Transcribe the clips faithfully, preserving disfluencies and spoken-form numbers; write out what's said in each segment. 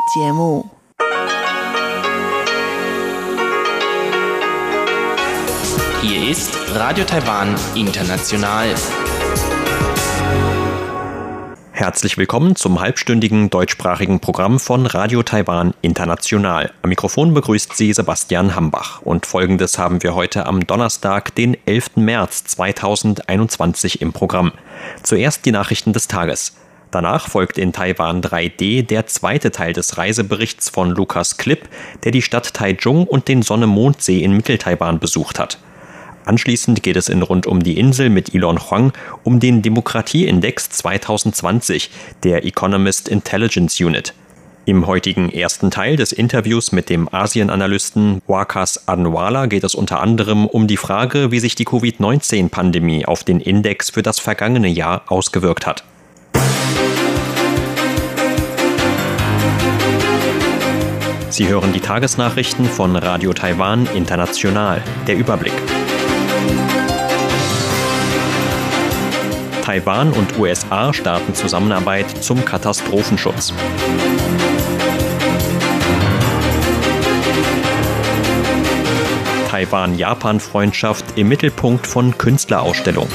节目。 Hier ist Radio Taiwan International. Herzlich willkommen zum halbstündigen deutschsprachigen Programm von Radio Taiwan International. Am Mikrofon begrüßt Sie Sebastian Hambach. Und Folgendes haben wir heute am Donnerstag, den elften März zweitausendeinundzwanzig im Programm. Zuerst die Nachrichten des Tages. Danach folgt in Taiwan drei D der zweite Teil des Reiseberichts von Lukas Klipp, der die Stadt Taichung und den Sonne-Mond-See in Mittel-Taiwan besucht hat. Anschließend geht es in Rund um die Insel mit Elon Huang um den Demokratieindex zweitausendzwanzig der Economist Intelligence Unit. Im heutigen ersten Teil des Interviews mit dem Asien-Analysten Wakas Adnwala geht es unter anderem um die Frage, wie sich die Covid neunzehn Pandemie auf den Index für das vergangene Jahr ausgewirkt hat. Sie hören die Tagesnachrichten von Radio Taiwan International. Der Überblick. Taiwan und U S A starten Zusammenarbeit zum Katastrophenschutz. Taiwan-Japan-Freundschaft im Mittelpunkt von Künstlerausstellung.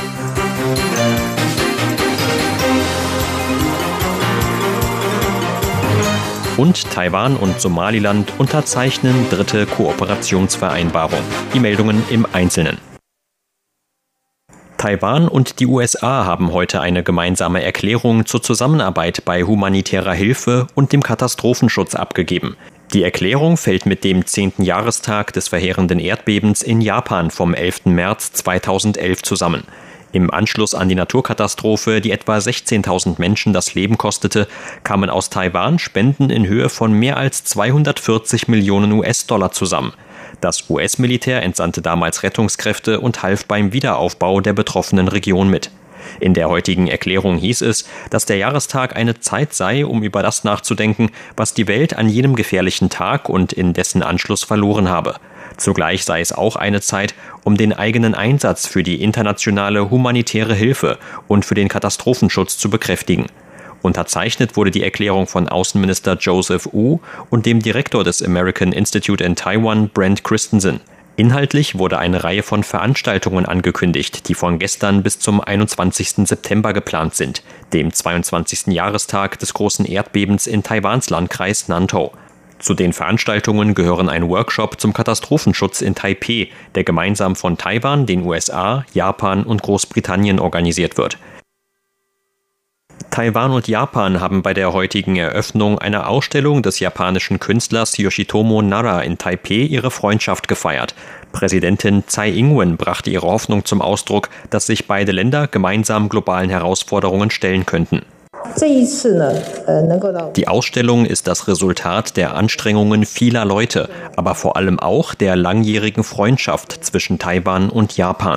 Und Taiwan und Somaliland unterzeichnen dritte Kooperationsvereinbarung. Die Meldungen im Einzelnen. Taiwan und die U S A haben heute eine gemeinsame Erklärung zur Zusammenarbeit bei humanitärer Hilfe und dem Katastrophenschutz abgegeben. Die Erklärung fällt mit dem zehnten Jahrestag des verheerenden Erdbebens in Japan vom elften März zweitausendelf zusammen. Im Anschluss an die Naturkatastrophe, die etwa sechzehntausend Menschen das Leben kostete, kamen aus Taiwan Spenden in Höhe von mehr als zweihundertvierzig Millionen U S-Dollar zusammen. Das U S-Militär entsandte damals Rettungskräfte und half beim Wiederaufbau der betroffenen Region mit. In der heutigen Erklärung hieß es, dass der Jahrestag eine Zeit sei, um über das nachzudenken, was die Welt an jenem gefährlichen Tag und in dessen Anschluss verloren habe. Zugleich sei es auch eine Zeit, um den eigenen Einsatz für die internationale humanitäre Hilfe und für den Katastrophenschutz zu bekräftigen. Unterzeichnet wurde die Erklärung von Außenminister Joseph Wu und dem Direktor des American Institute in Taiwan, Brent Christensen. Inhaltlich wurde eine Reihe von Veranstaltungen angekündigt, die von gestern bis zum einundzwanzigsten September geplant sind, dem zweiundzwanzigsten Jahrestag des großen Erdbebens in Taiwans Landkreis Nantou. Zu den Veranstaltungen gehören ein Workshop zum Katastrophenschutz in Taipeh, der gemeinsam von Taiwan, den U S A, Japan und Großbritannien organisiert wird. Taiwan und Japan haben bei der heutigen Eröffnung einer Ausstellung des japanischen Künstlers Yoshitomo Nara in Taipeh ihre Freundschaft gefeiert. Präsidentin Tsai Ing-wen brachte ihre Hoffnung zum Ausdruck, dass sich beide Länder gemeinsam globalen Herausforderungen stellen könnten. Die Ausstellung ist das Resultat der Anstrengungen vieler Leute, aber vor allem auch der langjährigen Freundschaft zwischen Taiwan und Japan.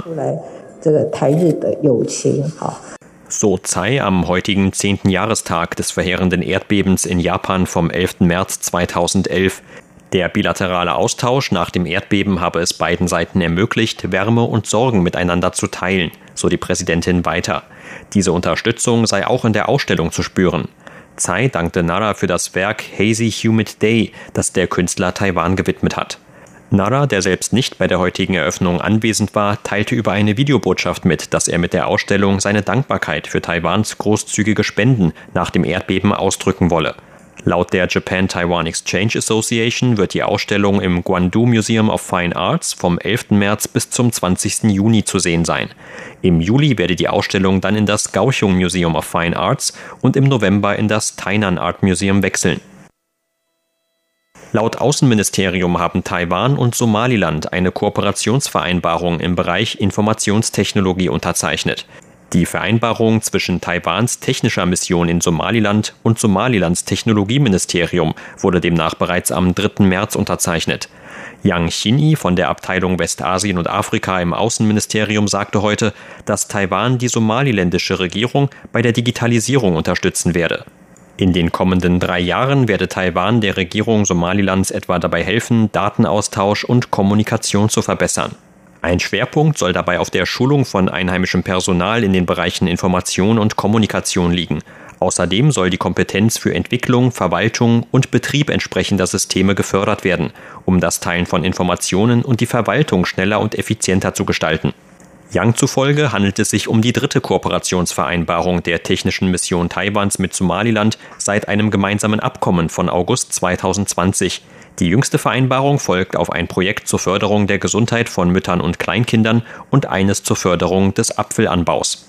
So Tsai am heutigen zehnten Jahrestag des verheerenden Erdbebens in Japan vom elften März zweitausendelf. Der bilaterale Austausch nach dem Erdbeben habe es beiden Seiten ermöglicht, Wärme und Sorgen miteinander zu teilen, so die Präsidentin weiter. Diese Unterstützung sei auch in der Ausstellung zu spüren. Tsai dankte Nara für das Werk Hazy Humid Day, das der Künstler Taiwan gewidmet hat. Nara, der selbst nicht bei der heutigen Eröffnung anwesend war, teilte über eine Videobotschaft mit, dass er mit der Ausstellung seine Dankbarkeit für Taiwans großzügige Spenden nach dem Erdbeben ausdrücken wolle. Laut der Japan-Taiwan Exchange Association wird die Ausstellung im Gwandu Museum of Fine Arts vom elften März bis zum zwanzigsten Juni zu sehen sein. Im Juli werde die Ausstellung dann in das Kaohsiung Museum of Fine Arts und im November in das Tainan Art Museum wechseln. Laut Außenministerium haben Taiwan und Somaliland eine Kooperationsvereinbarung im Bereich Informationstechnologie unterzeichnet. Die Vereinbarung zwischen Taiwans technischer Mission in Somaliland und Somalilands Technologieministerium wurde demnach bereits am dritten März unterzeichnet. Yang Xin-i von der Abteilung Westasien und Afrika im Außenministerium sagte heute, dass Taiwan die somaliländische Regierung bei der Digitalisierung unterstützen werde. In den kommenden drei Jahren werde Taiwan der Regierung Somalilands etwa dabei helfen, Datenaustausch und Kommunikation zu verbessern. Ein Schwerpunkt soll dabei auf der Schulung von einheimischem Personal in den Bereichen Information und Kommunikation liegen. Außerdem soll die Kompetenz für Entwicklung, Verwaltung und Betrieb entsprechender Systeme gefördert werden, um das Teilen von Informationen und die Verwaltung schneller und effizienter zu gestalten. Yang zufolge handelt es sich um die dritte Kooperationsvereinbarung der technischen Mission Taiwans mit Somaliland seit einem gemeinsamen Abkommen von August zweitausendzwanzig. Die jüngste Vereinbarung folgt auf ein Projekt zur Förderung der Gesundheit von Müttern und Kleinkindern und eines zur Förderung des Apfelanbaus.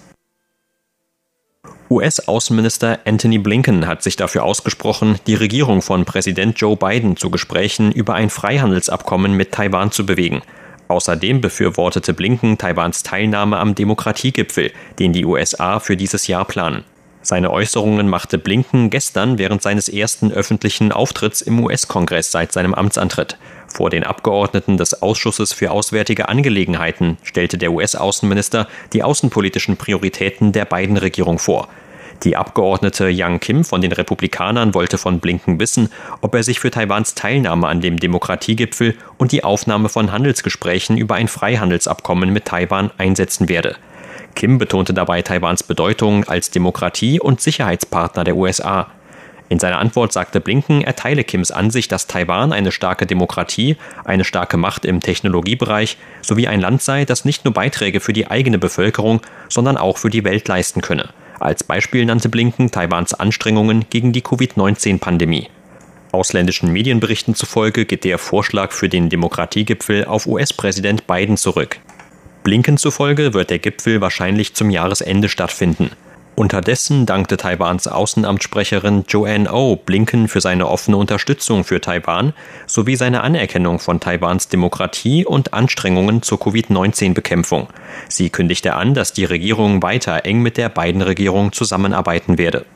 U S-Außenminister Antony Blinken hat sich dafür ausgesprochen, die Regierung von Präsident Joe Biden zu Gesprächen über ein Freihandelsabkommen mit Taiwan zu bewegen. Außerdem befürwortete Blinken Taiwans Teilnahme am Demokratiegipfel, den die U S A für dieses Jahr planen. Seine Äußerungen machte Blinken gestern während seines ersten öffentlichen Auftritts im U S-Kongress seit seinem Amtsantritt. Vor den Abgeordneten des Ausschusses für Auswärtige Angelegenheiten stellte der U S-Außenminister die außenpolitischen Prioritäten der Biden-Regierung vor. Die Abgeordnete Yang Kim von den Republikanern wollte von Blinken wissen, ob er sich für Taiwans Teilnahme an dem Demokratiegipfel und die Aufnahme von Handelsgesprächen über ein Freihandelsabkommen mit Taiwan einsetzen werde. Kim betonte dabei Taiwans Bedeutung als Demokratie und Sicherheitspartner der U S A. In seiner Antwort sagte Blinken, er teile Kims Ansicht, dass Taiwan eine starke Demokratie, eine starke Macht im Technologiebereich sowie ein Land sei, das nicht nur Beiträge für die eigene Bevölkerung, sondern auch für die Welt leisten könne. Als Beispiel nannte Blinken Taiwans Anstrengungen gegen die Covid neunzehn Pandemie. Ausländischen Medienberichten zufolge geht der Vorschlag für den Demokratiegipfel auf U S-Präsident Biden zurück. Blinken zufolge wird der Gipfel wahrscheinlich zum Jahresende stattfinden. Unterdessen dankte Taiwans Außenamtssprecherin Joanne Oh Blinken für seine offene Unterstützung für Taiwan sowie seine Anerkennung von Taiwans Demokratie und Anstrengungen zur Covid neunzehn Bekämpfung. Sie kündigte an, dass die Regierung weiter eng mit der Biden-Regierung zusammenarbeiten werde.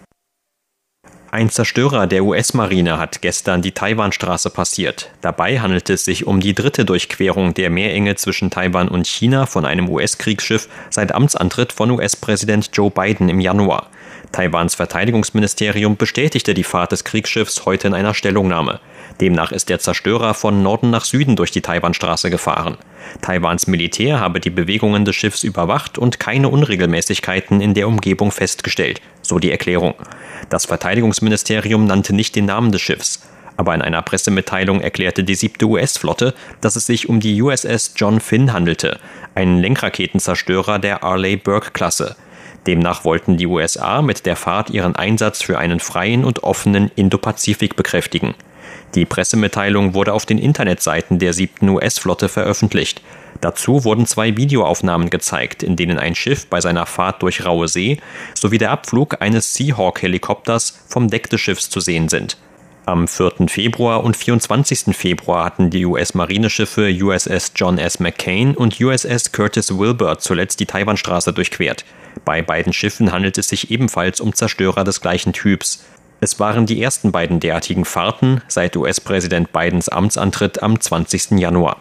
Ein Zerstörer der U S-Marine hat gestern die Taiwanstraße passiert. Dabei handelte es sich um die dritte Durchquerung der Meerenge zwischen Taiwan und China von einem U S-Kriegsschiff seit Amtsantritt von U S-Präsident Joe Biden im Januar. Taiwans Verteidigungsministerium bestätigte die Fahrt des Kriegsschiffs heute in einer Stellungnahme. Demnach ist der Zerstörer von Norden nach Süden durch die Taiwanstraße gefahren. Taiwans Militär habe die Bewegungen des Schiffs überwacht und keine Unregelmäßigkeiten in der Umgebung festgestellt, so die Erklärung. Das Verteidigungsministerium nannte nicht den Namen des Schiffs. Aber in einer Pressemitteilung erklärte die siebte U S-Flotte, dass es sich um die U S S John Finn handelte, einen Lenkraketenzerstörer der Arleigh-Burke-Klasse. Demnach wollten die U S A mit der Fahrt ihren Einsatz für einen freien und offenen Indopazifik bekräftigen. Die Pressemitteilung wurde auf den Internetseiten der siebten U S-Flotte veröffentlicht. Dazu wurden zwei Videoaufnahmen gezeigt, in denen ein Schiff bei seiner Fahrt durch raue See sowie der Abflug eines Seahawk-Helikopters vom Deck des Schiffs zu sehen sind. Am vierten Februar und vierundzwanzigsten Februar hatten die U S-Marineschiffe U S S John S. McCain und U S S Curtis Wilbur zuletzt die Taiwanstraße durchquert. Bei beiden Schiffen handelt es sich ebenfalls um Zerstörer des gleichen Typs. Es waren die ersten beiden derartigen Fahrten seit U S-Präsident Bidens Amtsantritt am zwanzigsten Januar.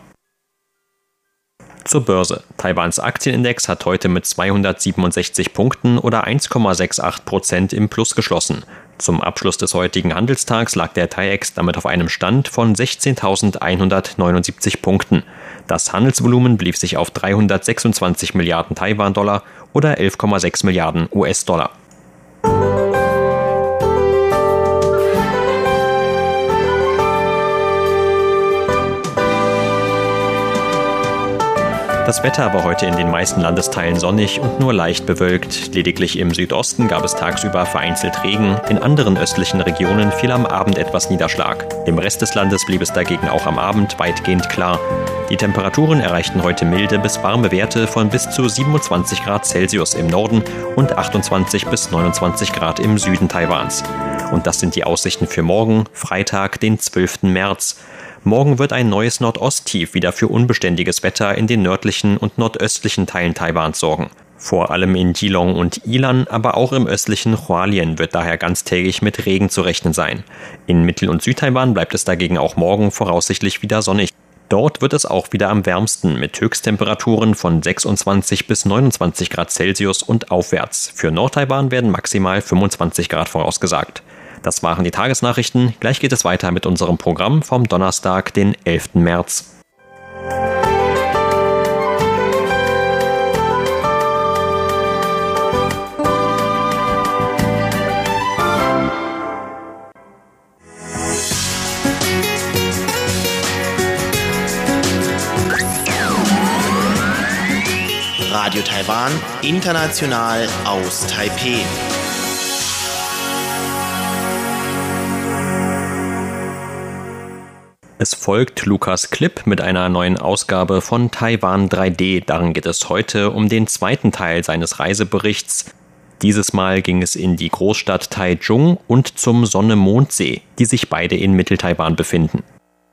Zur Börse. Taiwans Aktienindex hat heute mit zweihundertsiebenundsechzig Punkten oder eins Komma achtundsiebzig Prozent im Plus geschlossen. Zum Abschluss des heutigen Handelstags lag der T A I E X damit auf einem Stand von sechzehntausendeinhundertneunundsiebzig Punkten. Das Handelsvolumen belief sich auf dreihundertsechsundzwanzig Milliarden Taiwan-Dollar oder elf Komma sechs Milliarden U S-Dollar. Das Wetter war heute in den meisten Landesteilen sonnig und nur leicht bewölkt. Lediglich im Südosten gab es tagsüber vereinzelt Regen. In anderen östlichen Regionen fiel am Abend etwas Niederschlag. Im Rest des Landes blieb es dagegen auch am Abend weitgehend klar. Die Temperaturen erreichten heute milde bis warme Werte von bis zu siebenundzwanzig Grad Celsius im Norden und achtundzwanzig bis neunundzwanzig Grad im Süden Taiwans. Und das sind die Aussichten für morgen, Freitag, den zwölften März. Morgen wird ein neues Nordosttief wieder für unbeständiges Wetter in den nördlichen und nordöstlichen Teilen Taiwans sorgen. Vor allem in Keelung und Ilan, aber auch im östlichen Hualien wird daher ganztägig mit Regen zu rechnen sein. In Mittel- und Südtaiwan bleibt es dagegen auch morgen voraussichtlich wieder sonnig. Dort wird es auch wieder am wärmsten mit Höchsttemperaturen von sechsundzwanzig bis neunundzwanzig Grad Celsius und aufwärts. Für Nordtaiwan werden maximal fünfundzwanzig Grad vorausgesagt. Das waren die Tagesnachrichten. Gleich geht es weiter mit unserem Programm vom Donnerstag, den elften März. Radio Taiwan, international aus Taipeh. Es folgt Lukas Klipp mit einer neuen Ausgabe von Taiwan drei D. Darin geht es heute um den zweiten Teil seines Reiseberichts. Dieses Mal ging es in die Großstadt Taichung und zum Sonne-Mond-See, die sich beide in Mittel-Taiwan befinden.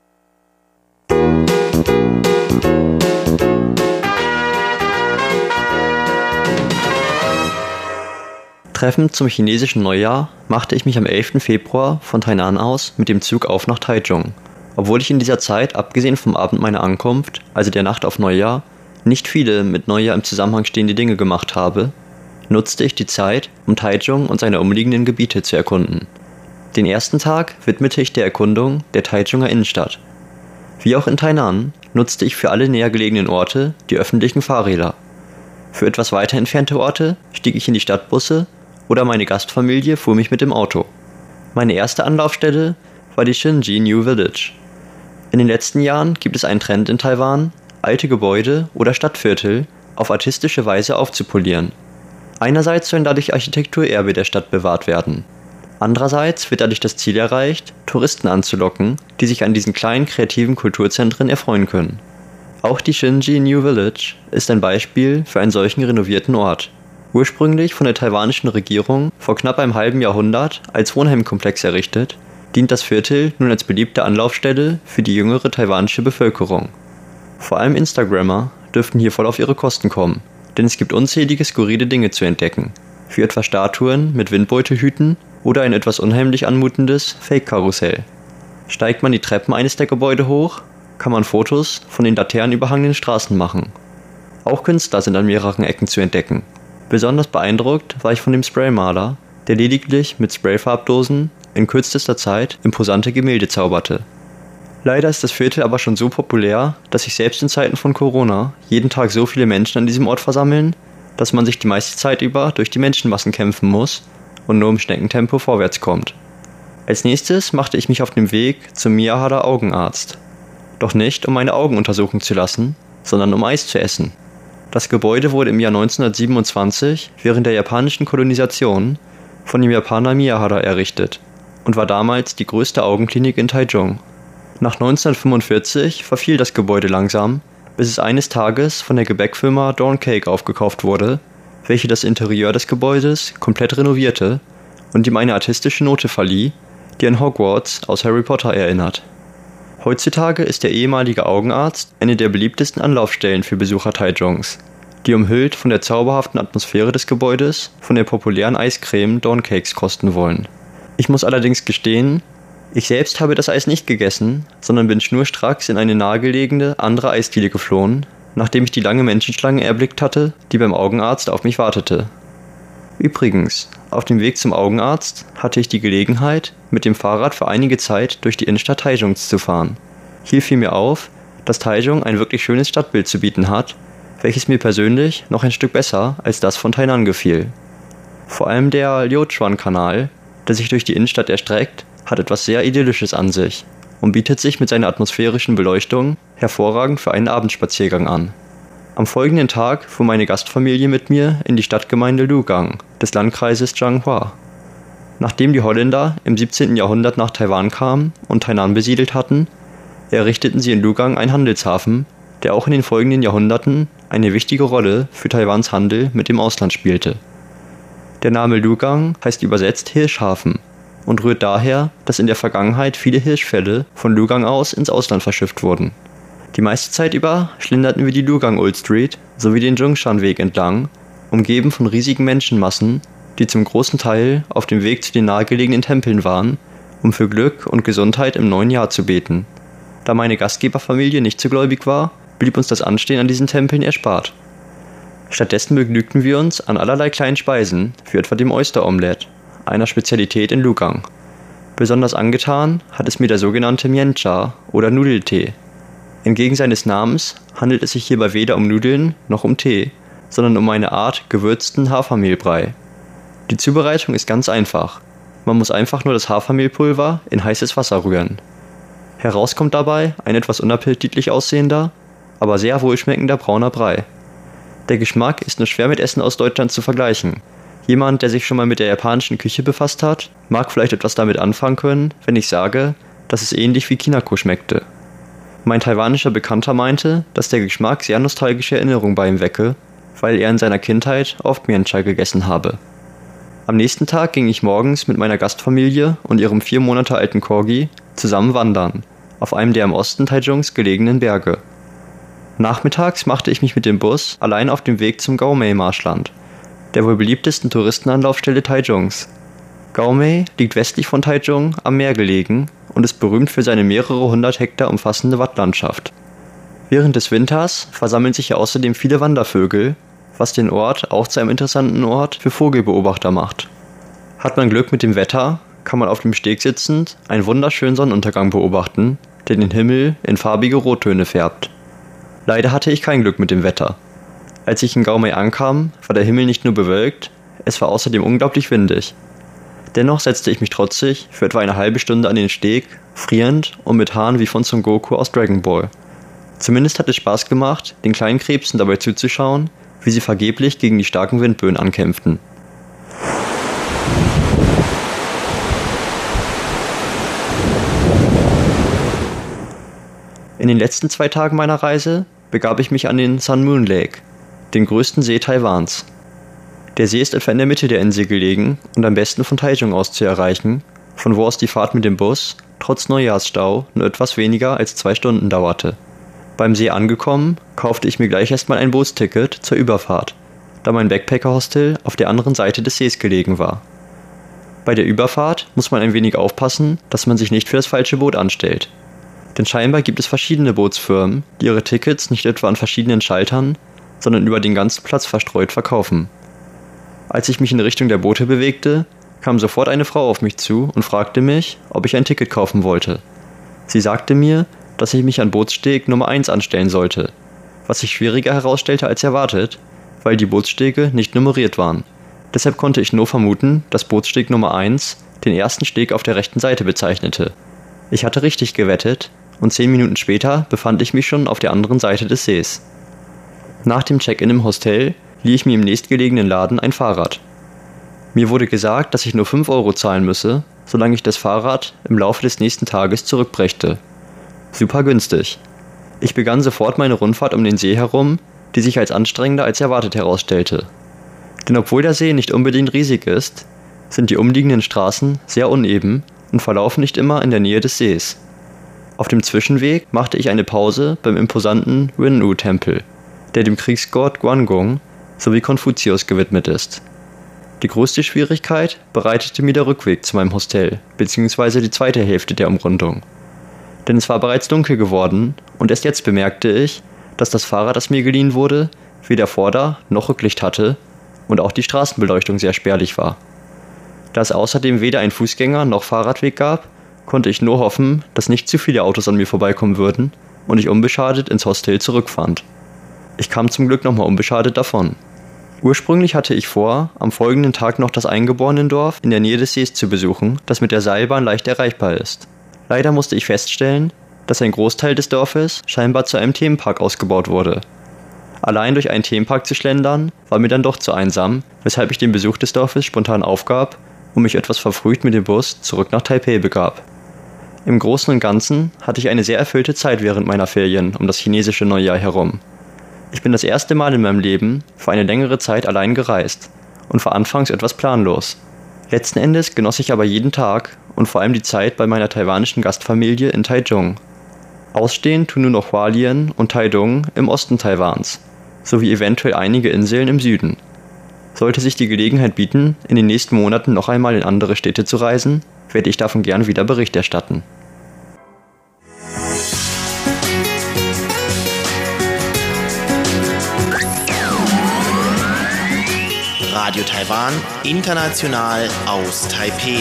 Treffend zum chinesischen Neujahr machte ich mich am elften Februar von Tainan aus mit dem Zug auf nach Taichung. Obwohl ich in dieser Zeit, abgesehen vom Abend meiner Ankunft, also der Nacht auf Neujahr, nicht viele mit Neujahr im Zusammenhang stehende Dinge gemacht habe, nutzte ich die Zeit, um Taichung und seine umliegenden Gebiete zu erkunden. Den ersten Tag widmete ich der Erkundung der Taichunger Innenstadt. Wie auch in Tainan nutzte ich für alle näher gelegenen Orte die öffentlichen Fahrräder. Für etwas weiter entfernte Orte stieg ich in die Stadtbusse oder meine Gastfamilie fuhr mich mit dem Auto. Meine erste Anlaufstelle war die Xinji New Village. In den letzten Jahren gibt es einen Trend in Taiwan, alte Gebäude oder Stadtviertel auf artistische Weise aufzupolieren. Einerseits sollen dadurch Architekturerbe der Stadt bewahrt werden. Andererseits wird dadurch das Ziel erreicht, Touristen anzulocken, die sich an diesen kleinen kreativen Kulturzentren erfreuen können. Auch die Xinji New Village ist ein Beispiel für einen solchen renovierten Ort. Ursprünglich von der taiwanischen Regierung vor knapp einem halben Jahrhundert als Wohnheimkomplex errichtet, dient das Viertel nun als beliebte Anlaufstelle für die jüngere taiwanische Bevölkerung. Vor allem Instagrammer dürften hier voll auf ihre Kosten kommen, denn es gibt unzählige skurrile Dinge zu entdecken, wie etwa Statuen mit Windbeutelhüten oder ein etwas unheimlich anmutendes Fake-Karussell. Steigt man die Treppen eines der Gebäude hoch, kann man Fotos von den laternenüberhangenen Straßen machen. Auch Künstler sind an mehreren Ecken zu entdecken. Besonders beeindruckt war ich von dem Spraymaler, der lediglich mit Sprayfarbdosen in kürzester Zeit imposante Gemälde zauberte. Leider ist das Viertel aber schon so populär, dass sich selbst in Zeiten von Corona jeden Tag so viele Menschen an diesem Ort versammeln, dass man sich die meiste Zeit über durch die Menschenmassen kämpfen muss und nur im Schneckentempo vorwärts kommt. Als nächstes machte ich mich auf den Weg zum Miyahara Augenarzt. Doch nicht, um meine Augen untersuchen zu lassen, sondern um Eis zu essen. Das Gebäude wurde im Jahr neunzehnhundertsiebenundzwanzig während der japanischen Kolonisation von dem Japaner Miyahara errichtet und war damals die größte Augenklinik in Taichung. Nach neunzehnhundertfünfundvierzig verfiel das Gebäude langsam, bis es eines Tages von der Gebäckfirma Dawn Cake aufgekauft wurde, welche das Interieur des Gebäudes komplett renovierte und ihm eine artistische Note verlieh, die an Hogwarts aus Harry Potter erinnert. Heutzutage ist der ehemalige Augenarzt eine der beliebtesten Anlaufstellen für Besucher Taichungs, die umhüllt von der zauberhaften Atmosphäre des Gebäudes von der populären Eiscreme Dawn Cakes kosten wollen. Ich muss allerdings gestehen, ich selbst habe das Eis nicht gegessen, sondern bin schnurstracks in eine nahegelegene andere Eisdiele geflohen, nachdem ich die lange Menschenschlange erblickt hatte, die beim Augenarzt auf mich wartete. Übrigens, auf dem Weg zum Augenarzt hatte ich die Gelegenheit, mit dem Fahrrad für einige Zeit durch die Innenstadt Taichungs zu fahren. Hier fiel mir auf, dass Taichung ein wirklich schönes Stadtbild zu bieten hat, welches mir persönlich noch ein Stück besser als das von Tainan gefiel. Vor allem der Liuchuan-Kanal, der sich durch die Innenstadt erstreckt, hat etwas sehr Idyllisches an sich und bietet sich mit seiner atmosphärischen Beleuchtung hervorragend für einen Abendspaziergang an. Am folgenden Tag fuhr meine Gastfamilie mit mir in die Stadtgemeinde Lugang des Landkreises Changhua. Nachdem die Holländer im siebzehnten Jahrhundert nach Taiwan kamen und Tainan besiedelt hatten, errichteten sie in Lugang einen Handelshafen, der auch in den folgenden Jahrhunderten eine wichtige Rolle für Taiwans Handel mit dem Ausland spielte. Der Name Lugang heißt übersetzt Hirschhafen und rührt daher, dass in der Vergangenheit viele Hirschfelle von Lugang aus ins Ausland verschifft wurden. Die meiste Zeit über schlenderten wir die Lugang Old Street sowie den Zhongshan-Weg entlang, umgeben von riesigen Menschenmassen, die zum großen Teil auf dem Weg zu den nahegelegenen Tempeln waren, um für Glück und Gesundheit im neuen Jahr zu beten. Da meine Gastgeberfamilie nicht so gläubig war, blieb uns das Anstehen an diesen Tempeln erspart. Stattdessen begnügten wir uns an allerlei kleinen Speisen, wie etwa dem Oyster-Omelette, einer Spezialität in Lugang. Besonders angetan hat es mir der sogenannte Miencha oder Nudeltee. Entgegen seines Namens handelt es sich hierbei weder um Nudeln noch um Tee, sondern um eine Art gewürzten Hafermehlbrei. Die Zubereitung ist ganz einfach. Man muss einfach nur das Hafermehlpulver in heißes Wasser rühren. Heraus kommt dabei ein etwas unappetitlich aussehender, aber sehr wohlschmeckender brauner Brei. Der Geschmack ist nur schwer mit Essen aus Deutschland zu vergleichen. Jemand, der sich schon mal mit der japanischen Küche befasst hat, mag vielleicht etwas damit anfangen können, wenn ich sage, dass es ähnlich wie Kinako schmeckte. Mein taiwanischer Bekannter meinte, dass der Geschmack sehr nostalgische Erinnerungen bei ihm wecke, weil er in seiner Kindheit oft Mianchai gegessen habe. Am nächsten Tag ging ich morgens mit meiner Gastfamilie und ihrem vier Monate alten Corgi zusammen wandern, auf einem der im Osten Taichungs gelegenen Berge. Nachmittags machte ich mich mit dem Bus allein auf dem Weg zum Gaomei-Marschland, der wohl beliebtesten Touristenanlaufstelle Taichungs. Gaomei liegt westlich von Taichung am Meer gelegen und ist berühmt für seine mehrere hundert Hektar umfassende Wattlandschaft. Während des Winters versammeln sich hier außerdem viele Wandervögel, was den Ort auch zu einem interessanten Ort für Vogelbeobachter macht. Hat man Glück mit dem Wetter, kann man auf dem Steg sitzend einen wunderschönen Sonnenuntergang beobachten, der den Himmel in farbige Rottöne färbt. Leider hatte ich kein Glück mit dem Wetter. Als ich in Gaomei ankam, war der Himmel nicht nur bewölkt, es war außerdem unglaublich windig. Dennoch setzte ich mich trotzig für etwa eine halbe Stunde an den Steg, frierend und mit Haaren wie von Son Goku aus Dragon Ball. Zumindest hat es Spaß gemacht, den kleinen Krebsen dabei zuzuschauen, wie sie vergeblich gegen die starken Windböen ankämpften. In den letzten zwei Tagen meiner Reise begab ich mich an den Sun Moon Lake, den größten See Taiwans. Der See ist etwa in der Mitte der Insel gelegen und am besten von Taichung aus zu erreichen, von wo aus die Fahrt mit dem Bus, trotz Neujahrsstau, nur etwas weniger als zwei Stunden dauerte. Beim See angekommen, kaufte ich mir gleich erstmal ein Bootsticket zur Überfahrt, da mein Backpacker-Hostel auf der anderen Seite des Sees gelegen war. Bei der Überfahrt muss man ein wenig aufpassen, dass man sich nicht für das falsche Boot anstellt. Denn scheinbar gibt es verschiedene Bootsfirmen, die ihre Tickets nicht etwa an verschiedenen Schaltern, sondern über den ganzen Platz verstreut verkaufen. Als ich mich in Richtung der Boote bewegte, kam sofort eine Frau auf mich zu und fragte mich, ob ich ein Ticket kaufen wollte. Sie sagte mir, dass ich mich an Bootssteg Nummer eins anstellen sollte, was sich schwieriger herausstellte als erwartet, weil die Bootsstege nicht nummeriert waren. Deshalb konnte ich nur vermuten, dass Bootssteg Nummer eins den ersten Steg auf der rechten Seite bezeichnete. Ich hatte richtig gewettet und zehn Minuten später befand ich mich schon auf der anderen Seite des Sees. Nach dem Check-in im Hostel lieh ich mir im nächstgelegenen Laden ein Fahrrad. Mir wurde gesagt, dass ich nur fünf Euro zahlen müsse, solange ich das Fahrrad im Laufe des nächsten Tages zurückbrächte. Super günstig. Ich begann sofort meine Rundfahrt um den See herum, die sich als anstrengender als erwartet herausstellte. Denn obwohl der See nicht unbedingt riesig ist, sind die umliegenden Straßen sehr uneben und verlaufen nicht immer in der Nähe des Sees. Auf dem Zwischenweg machte ich eine Pause beim imposanten Wen-U-Tempel, der dem Kriegsgott Guanggung sowie Konfuzius gewidmet ist. Die größte Schwierigkeit bereitete mir der Rückweg zu meinem Hostel, beziehungsweise die zweite Hälfte der Umrundung. Denn es war bereits dunkel geworden und erst jetzt bemerkte ich, dass das Fahrrad, das mir geliehen wurde, weder Vorder- noch Rücklicht hatte und auch die Straßenbeleuchtung sehr spärlich war. Da es außerdem weder ein Fußgänger- noch Fahrradweg gab, konnte ich nur hoffen, dass nicht zu viele Autos an mir vorbeikommen würden und ich unbeschadet ins Hostel zurückfand. Ich kam zum Glück nochmal unbeschadet davon. Ursprünglich hatte ich vor, am folgenden Tag noch das Eingeborenendorf in der Nähe des Sees zu besuchen, das mit der Seilbahn leicht erreichbar ist. Leider musste ich feststellen, dass ein Großteil des Dorfes scheinbar zu einem Themenpark ausgebaut wurde. Allein durch einen Themenpark zu schlendern, war mir dann doch zu einsam, weshalb ich den Besuch des Dorfes spontan aufgab und mich etwas verfrüht mit dem Bus zurück nach Taipei begab. Im Großen und Ganzen hatte ich eine sehr erfüllte Zeit während meiner Ferien um das chinesische Neujahr herum. Ich bin das erste Mal in meinem Leben für eine längere Zeit allein gereist und war anfangs etwas planlos. Letzten Endes genoss ich aber jeden Tag und vor allem die Zeit bei meiner taiwanischen Gastfamilie in Taichung. Ausstehen tun nur noch Hualien und Taidong im Osten Taiwans, sowie eventuell einige Inseln im Süden. Sollte sich die Gelegenheit bieten, in den nächsten Monaten noch einmal in andere Städte zu reisen, werde ich davon gern wieder Bericht erstatten. Radio Taiwan, international aus Taipei.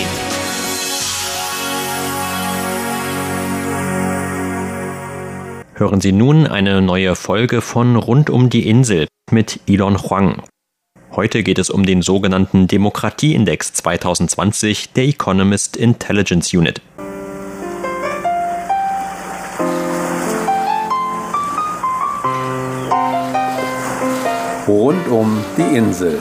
Hören Sie nun eine neue Folge von Rund um die Insel mit Elon Huang. Heute geht es um den sogenannten Demokratieindex zwanzig zwanzig der Economist Intelligence Unit. Rund um die Insel.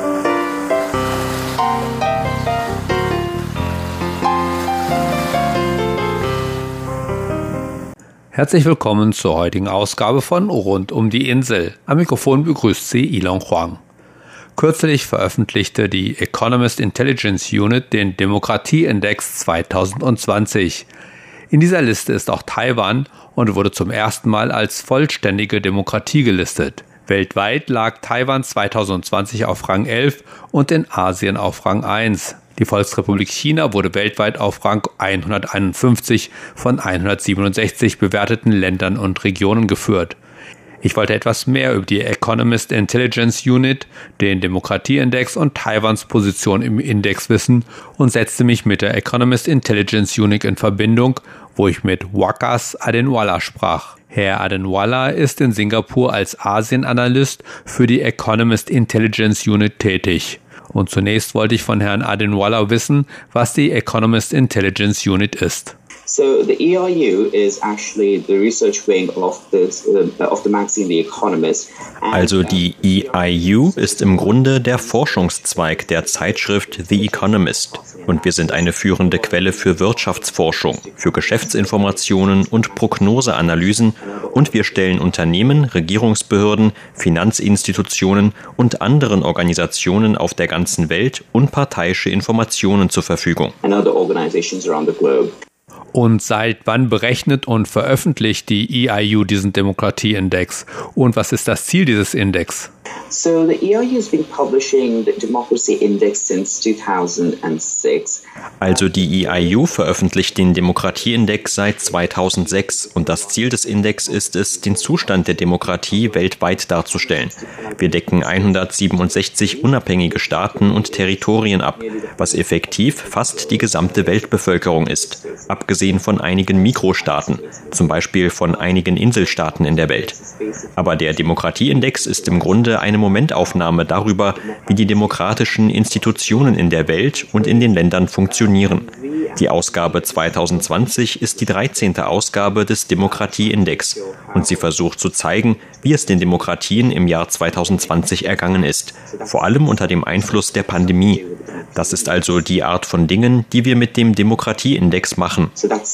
Herzlich willkommen zur heutigen Ausgabe von Rund um die Insel. Am Mikrofon begrüßt Sie Ilon Huang. Kürzlich veröffentlichte die Economist Intelligence Unit den Demokratieindex zwanzig zwanzig. In dieser Liste ist auch Taiwan und wurde zum ersten Mal als vollständige Demokratie gelistet. Weltweit lag Taiwan zwanzig zwanzig auf Rang elf und in Asien auf Rang eins. Die Volksrepublik China wurde weltweit auf Rang hunderteinundfünfzig von hundertsiebenundsechzig bewerteten Ländern und Regionen geführt. Ich wollte etwas mehr über die Economist Intelligence Unit, den Demokratieindex und Taiwans Position im Index wissen und setzte mich mit der Economist Intelligence Unit in Verbindung, wo ich mit Waqas Adenwala sprach. Herr Adenwala ist in Singapur als Asienanalyst für die Economist Intelligence Unit tätig. Und zunächst wollte ich von Herrn Adenwala wissen, was die Economist Intelligence Unit ist. So the E I U is actually the research wing of the, uh, of the magazine The Economist. Also die E I U ist im Grunde der Forschungszweig der Zeitschrift The Economist. Und wir sind eine führende Quelle für Wirtschaftsforschung, für Geschäftsinformationen und Prognoseanalysen. Und wir stellen Unternehmen, Regierungsbehörden, Finanzinstitutionen und anderen Organisationen auf der ganzen Welt unparteiische Informationen zur Verfügung. And other organizations around the globe. Und seit wann berechnet und veröffentlicht die E I U diesen Demokratieindex? Und was ist das Ziel dieses Index? So the E I U has been publishing the Democracy Index since two thousand six. Also die E I U veröffentlicht den Demokratieindex seit zweitausendsechs und das Ziel des Index ist es, den Zustand der Demokratie weltweit darzustellen. Wir decken hundertsiebenundsechzig unabhängige Staaten und Territorien ab, was effektiv fast die gesamte Weltbevölkerung ist, abgesehen von einigen Mikrostaaten, zum Beispiel von einigen Inselstaaten in der Welt. Aber der Demokratieindex ist im Grunde eine Momentaufnahme darüber, wie die demokratischen Institutionen in der Welt und in den Ländern funktionieren. Die Ausgabe zwanzig zwanzig ist die dreizehnte Ausgabe des Demokratieindex und sie versucht zu zeigen, wie es den Demokratien im Jahr zwanzig zwanzig ergangen ist, vor allem unter dem Einfluss der Pandemie. Das ist also die Art von Dingen, die wir mit dem Demokratieindex machen.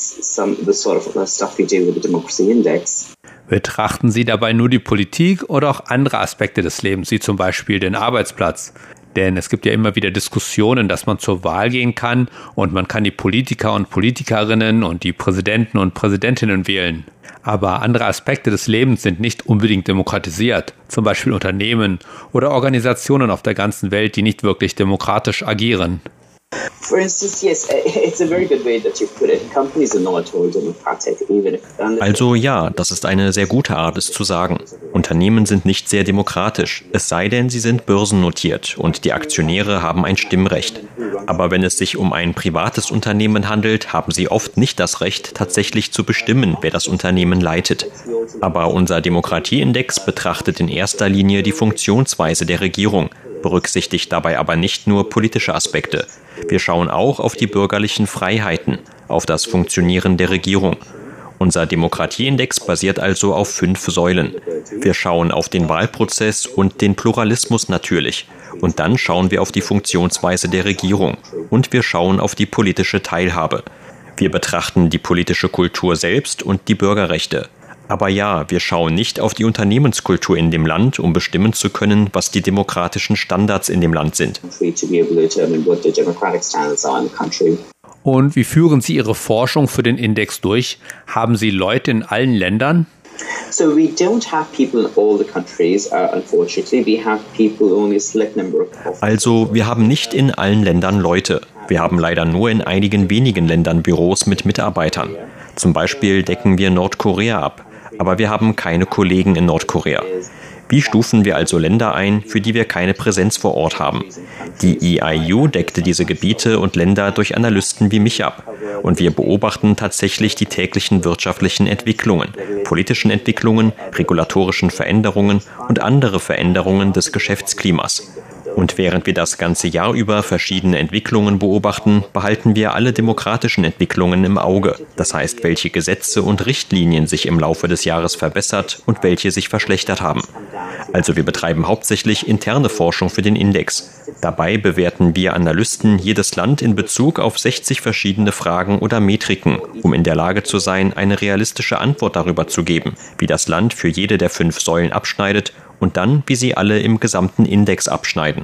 Betrachten Sie dabei nur die Politik oder auch andere Aspekte des Lebens, wie zum Beispiel den Arbeitsplatz? Denn es gibt ja immer wieder Diskussionen, dass man zur Wahl gehen kann und man kann die Politiker und Politikerinnen und die Präsidenten und Präsidentinnen wählen. Aber andere Aspekte des Lebens sind nicht unbedingt demokratisiert, zum Beispiel Unternehmen oder Organisationen auf der ganzen Welt, die nicht wirklich demokratisch agieren. For instance, yes, it's a very good way that you put it. Companies are not at all democratic, even if. Also ja, das ist eine sehr gute Art, es zu sagen. Unternehmen sind nicht sehr demokratisch, es sei denn, sie sind börsennotiert und die Aktionäre haben ein Stimmrecht. Aber wenn es sich um ein privates Unternehmen handelt, haben sie oft nicht das Recht, tatsächlich zu bestimmen, wer das Unternehmen leitet. Aber unser Demokratieindex betrachtet in erster Linie die Funktionsweise der Regierung, berücksichtigt dabei aber nicht nur politische Aspekte. Wir schauen auch auf die bürgerlichen Freiheiten, auf das Funktionieren der Regierung. Unser Demokratieindex basiert also auf fünf Säulen. Wir schauen auf den Wahlprozess und den Pluralismus natürlich. Und dann schauen wir auf die Funktionsweise der Regierung. Und wir schauen auf die politische Teilhabe. Wir betrachten die politische Kultur selbst und die Bürgerrechte. Aber ja, wir schauen nicht auf die Unternehmenskultur in dem Land, um bestimmen zu können, was die demokratischen Standards in dem Land sind. Und wie führen Sie Ihre Forschung für den Index durch? Haben Sie Leute in allen Ländern? So we don't have people in all the countries, uh, unfortunately. We have people only a select number of. Also, wir haben nicht in allen Ländern Leute. Wir haben leider nur in einigen wenigen Ländern Büros mit Mitarbeitern. Zum Beispiel decken wir Nordkorea ab. Aber wir haben keine Kollegen in Nordkorea. Wie stufen wir also Länder ein, für die wir keine Präsenz vor Ort haben? Die E I U deckte diese Gebiete und Länder durch Analysten wie mich ab. Und wir beobachten tatsächlich die täglichen wirtschaftlichen Entwicklungen, politischen Entwicklungen, regulatorischen Veränderungen und andere Veränderungen des Geschäftsklimas. Und während wir das ganze Jahr über verschiedene Entwicklungen beobachten, behalten wir alle demokratischen Entwicklungen im Auge. Das heißt, welche Gesetze und Richtlinien sich im Laufe des Jahres verbessert und welche sich verschlechtert haben. Also wir betreiben hauptsächlich interne Forschung für den Index. Dabei bewerten wir Analysten jedes Land in Bezug auf sechzig verschiedene Fragen oder Metriken, um in der Lage zu sein, eine realistische Antwort darüber zu geben, wie das Land für jede der fünf Säulen abschneidet und dann, wie sie alle im gesamten Index abschneiden.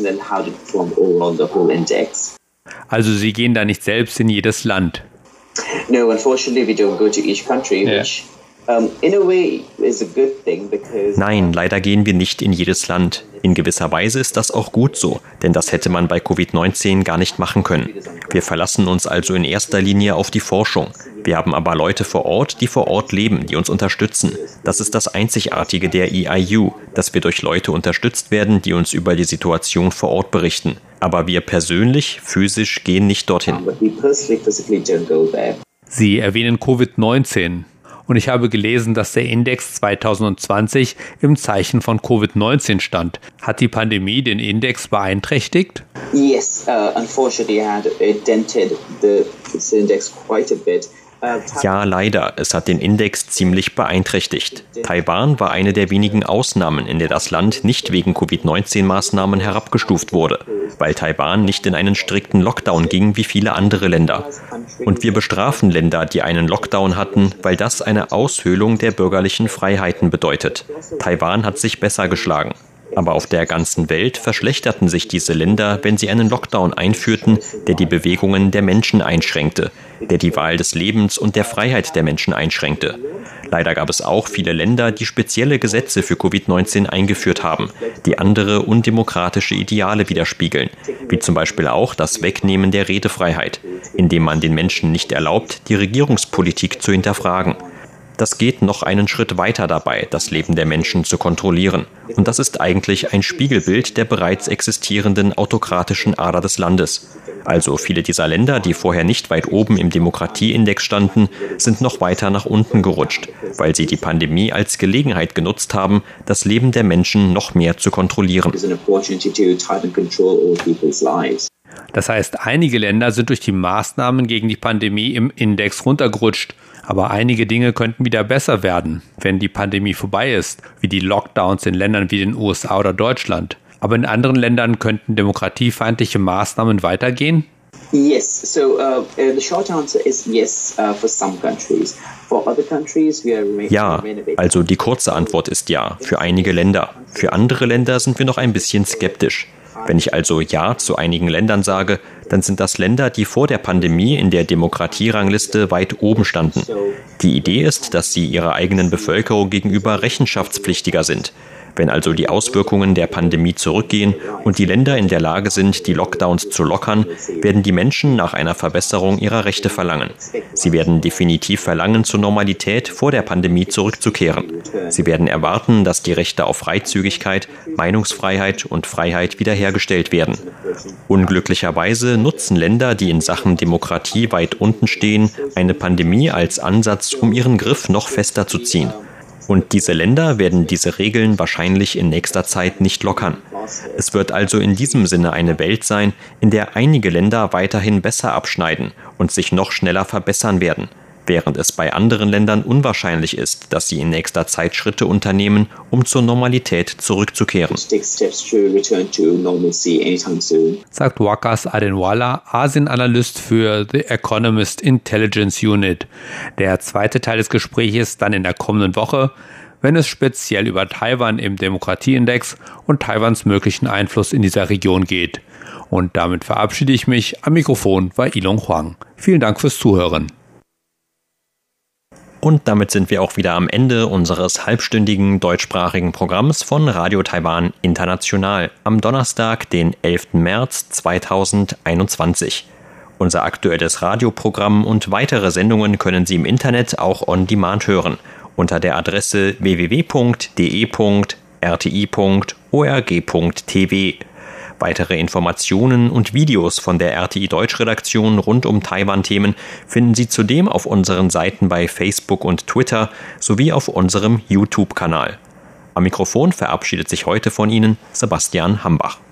Also Sie gehen da nicht selbst in jedes Land? No, unfortunately we don't go to each country, Yeah. which um, in a way is a good thing because Nein, leider gehen wir nicht in jedes Land. In gewisser Weise ist das auch gut so, denn das hätte man bei Covid neunzehn gar nicht machen können. Wir verlassen uns also in erster Linie auf die Forschung. Wir haben aber Leute vor Ort, die vor Ort leben, die uns unterstützen. Das ist das Einzigartige der E I U, dass wir durch Leute unterstützt werden, die uns über die Situation vor Ort berichten. Aber wir persönlich, physisch gehen nicht dorthin. but we personally physically don't go there. Sie erwähnen Covid neunzehn. Und ich habe gelesen, dass der Index zwanzig zwanzig im Zeichen von Covid neunzehn stand. Hat die Pandemie den Index beeinträchtigt? Yes, uh, unfortunately it had it dented the this index quite a bit. Uh, Ja, leider. Es hat den Index ziemlich beeinträchtigt. Taiwan war eine der wenigen Ausnahmen, in der das Land nicht wegen Covid neunzehn Maßnahmen herabgestuft wurde, weil Taiwan nicht in einen strikten Lockdown ging wie viele andere Länder. Und wir bestrafen Länder, die einen Lockdown hatten, weil das eine Aushöhlung der bürgerlichen Freiheiten bedeutet. Taiwan hat sich besser geschlagen. Aber auf der ganzen Welt verschlechterten sich diese Länder, wenn sie einen Lockdown einführten, der die Bewegungen der Menschen einschränkte, der die Wahl des Lebens und der Freiheit der Menschen einschränkte. Leider gab es auch viele Länder, die spezielle Gesetze für Covid neunzehn eingeführt haben, die andere undemokratische Ideale widerspiegeln, wie zum Beispiel auch das Wegnehmen der Redefreiheit, indem man den Menschen nicht erlaubt, die Regierungspolitik zu hinterfragen. Das geht noch einen Schritt weiter dabei, das Leben der Menschen zu kontrollieren. Und das ist eigentlich ein Spiegelbild der bereits existierenden autokratischen Ader des Landes. Also viele dieser Länder, die vorher nicht weit oben im Demokratieindex standen, sind noch weiter nach unten gerutscht, weil sie die Pandemie als Gelegenheit genutzt haben, das Leben der Menschen noch mehr zu kontrollieren. It's an opportunity to tighten control all people's lives. Das heißt, einige Länder sind durch die Maßnahmen gegen die Pandemie im Index runtergerutscht. Aber einige Dinge könnten wieder besser werden, wenn die Pandemie vorbei ist, wie die Lockdowns in Ländern wie den U S A oder Deutschland. Aber in anderen Ländern könnten demokratiefeindliche Maßnahmen weitergehen? Yes, so uh, uh, the short answer is yes uh, for some countries. For other countries we are remain, Ja, remain a bit. also die kurze Antwort ist ja, für einige Länder. Für andere Länder sind wir noch ein bisschen skeptisch. Wenn ich also Ja zu einigen Ländern sage, dann sind das Länder, die vor der Pandemie in der Demokratierangliste weit oben standen. Die Idee ist, dass sie ihrer eigenen Bevölkerung gegenüber rechenschaftspflichtiger sind. Wenn also die Auswirkungen der Pandemie zurückgehen und die Länder in der Lage sind, die Lockdowns zu lockern, werden die Menschen nach einer Verbesserung ihrer Rechte verlangen. Sie werden definitiv verlangen, zur Normalität vor der Pandemie zurückzukehren. Sie werden erwarten, dass die Rechte auf Freizügigkeit, Meinungsfreiheit und Freiheit wiederhergestellt werden. Unglücklicherweise nutzen Länder, die in Sachen Demokratie weit unten stehen, eine Pandemie als Ansatz, um ihren Griff noch fester zu ziehen. Und diese Länder werden diese Regeln wahrscheinlich in nächster Zeit nicht lockern. Es wird also in diesem Sinne eine Welt sein, in der einige Länder weiterhin besser abschneiden und sich noch schneller verbessern werden, während es bei anderen Ländern unwahrscheinlich ist, dass sie in nächster Zeit Schritte unternehmen, um zur Normalität zurückzukehren. Take steps to return to normalcy anytime soon. Sagt Waqas Adenwala, Asien-Analyst für The Economist Intelligence Unit. Der zweite Teil des Gesprächs dann in der kommenden Woche, wenn es speziell über Taiwan im Demokratieindex und Taiwans möglichen Einfluss in dieser Region geht. Und damit verabschiede ich mich. Am Mikrofon war Ilong Huang. Vielen Dank fürs Zuhören. Und damit sind wir auch wieder am Ende unseres halbstündigen deutschsprachigen Programms von Radio Taiwan International am Donnerstag, den elften März zweitausendeinundzwanzig. Unser aktuelles Radioprogramm und weitere Sendungen können Sie im Internet auch on demand hören unter der Adresse w w w punkt d e punkt r t i punkt org punkt t v. Weitere Informationen und Videos von der R T I Deutsch-Redaktion rund um Taiwan-Themen finden Sie zudem auf unseren Seiten bei Facebook und Twitter sowie auf unserem YouTube-Kanal. Am Mikrofon verabschiedet sich heute von Ihnen Sebastian Hambach.